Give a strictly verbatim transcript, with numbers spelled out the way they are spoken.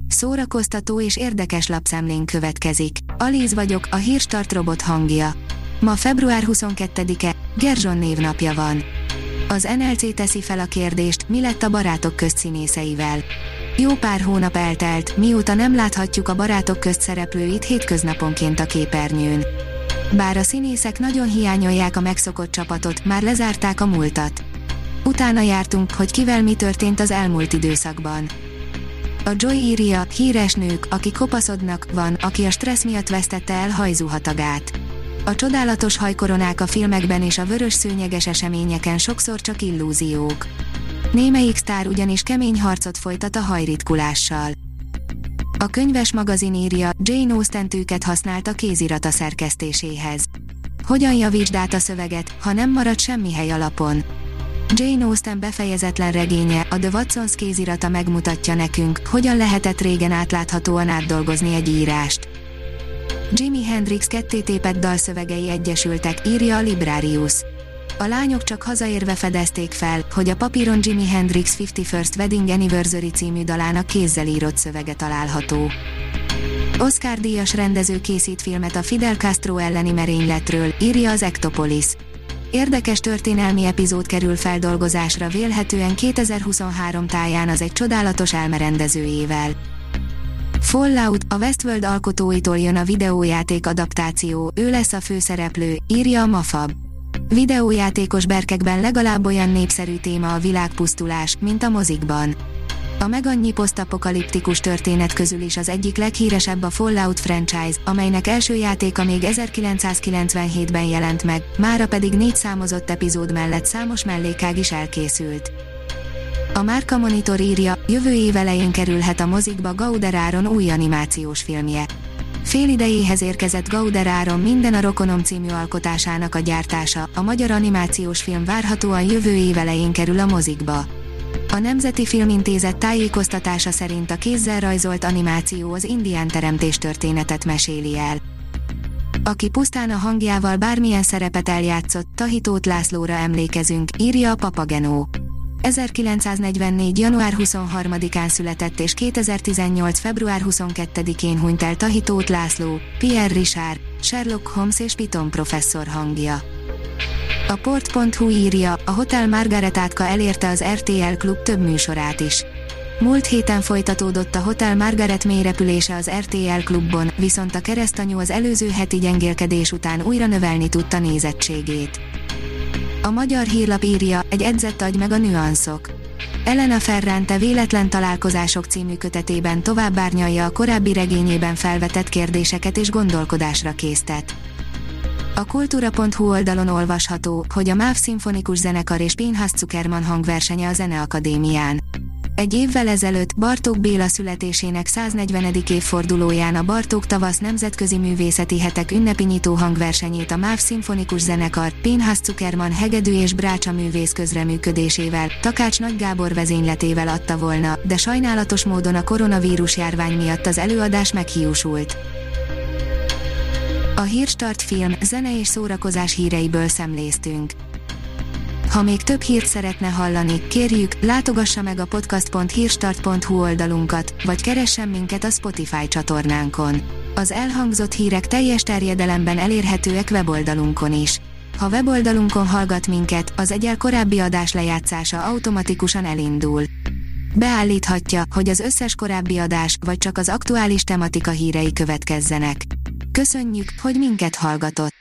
Szórakoztató és érdekes lapszemlén következik. Alíz vagyok, a Hírstart robot hangja. Ma február huszonkettedike, Gerzson névnapja van. Az en el cé teszi fel a kérdést, mi lett a Barátok közt színészeivel. Jó pár hónap eltelt, mióta nem láthatjuk a Barátok közt szereplőit hétköznaponként a képernyőn. Bár a színészek nagyon hiányolják a megszokott csapatot, már lezárták a múltat. Utána jártunk, hogy kivel mi történt az elmúlt időszakban. A Joy írja, híres nők, akik kopaszodnak, van, aki a stressz miatt vesztette el hajzuhatagát. A csodálatos hajkoronák a filmekben és a vörös szőnyeges eseményeken sokszor csak illúziók. Némelyik sztár ugyanis kemény harcot folytat a hajritkulással. A könyves magazin írja, Jane Austen tűket használt a kézirata szerkesztéséhez. Hogyan javítsd át a szöveget, ha nem marad semmi hely a lapon? Jane Austen befejezetlen regénye, a The Watsons kézirata megmutatja nekünk, hogyan lehetett régen átláthatóan átdolgozni egy írást. Jimi Hendrix kettétépett dalszövegei egyesültek, írja a Librarius. A lányok csak hazaérve fedezték fel, hogy a papíron Jimi Hendrix fifty-first Wedding Anniversary című dalának kézzel írott szövege található. Oscar-díjas rendező készít filmet a Fidel Castro elleni merényletről, írja az Ectopolis. Érdekes történelmi epizód kerül feldolgozásra vélhetően kétezer-huszonhárom táján az Egy csodálatos elme rendezőjével. Fallout, a Westworld alkotóitól jön a videójáték adaptáció, ő lesz a főszereplő, írja a Mafab. Videójátékos berkekben legalább olyan népszerű téma a világpusztulás, mint a mozikban. A megannyi posztapokaliptikus történet közül is az egyik leghíresebb a Fallout franchise, amelynek első játéka még ezerkilencszázkilencvenhétben jelent meg, mára pedig négy számozott epizód mellett számos mellékág is elkészült. A Márka Monitor írja, jövő év elején kerülhet a mozikba Gauder Áron új animációs filmje. Fél idejéhez érkezett Gauder Áron Minden a rokonom című alkotásának a gyártása, a magyar animációs film várhatóan jövő év elején kerül a mozikba. A Nemzeti Filmintézet tájékoztatása szerint a kézzel rajzolt animáció az indián teremtés történetet meséli el. Aki pusztán a hangjával bármilyen szerepet eljátszott, Tahi Tóth Lászlóra emlékezünk, írja a Papagenó. ezerkilencszáznegyvennégy. január huszonharmadikán született és kétezer-tizennyolc. február huszonkettedikén hunyt el Tahi Tóth László, Pierre Richard, Sherlock Holmes és Piton professzor hangja. A port pont hu írja, a Hotel Margaretátka elérte az er té el Klub több műsorát is. Múlt héten folytatódott a Hotel Margaret mélyrepülése az er té el Klubon, viszont a keresztanyú az előző heti gyengélkedés után újra növelni tudta nézettségét. A Magyar Hírlap írja, egy edzett agy meg a nüanszok. Elena Ferrante Véletlen találkozások című kötetében továbbárnyalja a korábbi regényében felvetett kérdéseket és gondolkodásra késztet. A kultúra pont hu oldalon olvasható, hogy a MÁV szimfonikus zenekar és Pinhas Zukerman hangversenye a Zeneakadémián. Egy évvel ezelőtt, Bartók Béla születésének száznegyvenedik évfordulóján a Bartók Tavasz Nemzetközi Művészeti Hetek ünnepi nyitó hangversenyét a MÁV szimfonikus zenekar, Pinhas Zukerman hegedű és brácsa művész közreműködésével, Takács Nagy Gábor vezényletével adta volna, de sajnálatos módon a koronavírus járvány miatt az előadás meghiúsult. A Hírstart film, zene és szórakozás híreiből szemléztünk. Ha még több hírt szeretne hallani, kérjük, látogassa meg a podcast pont hírstart pont hu oldalunkat, vagy keressen minket a Spotify csatornánkon. Az elhangzott hírek teljes terjedelemben elérhetőek weboldalunkon is. Ha weboldalunkon hallgat minket, az egyel korábbi adás lejátszása automatikusan elindul. Beállíthatja, hogy az összes korábbi adás, vagy csak az aktuális tematika hírei következzenek. Köszönjük, hogy minket hallgatott!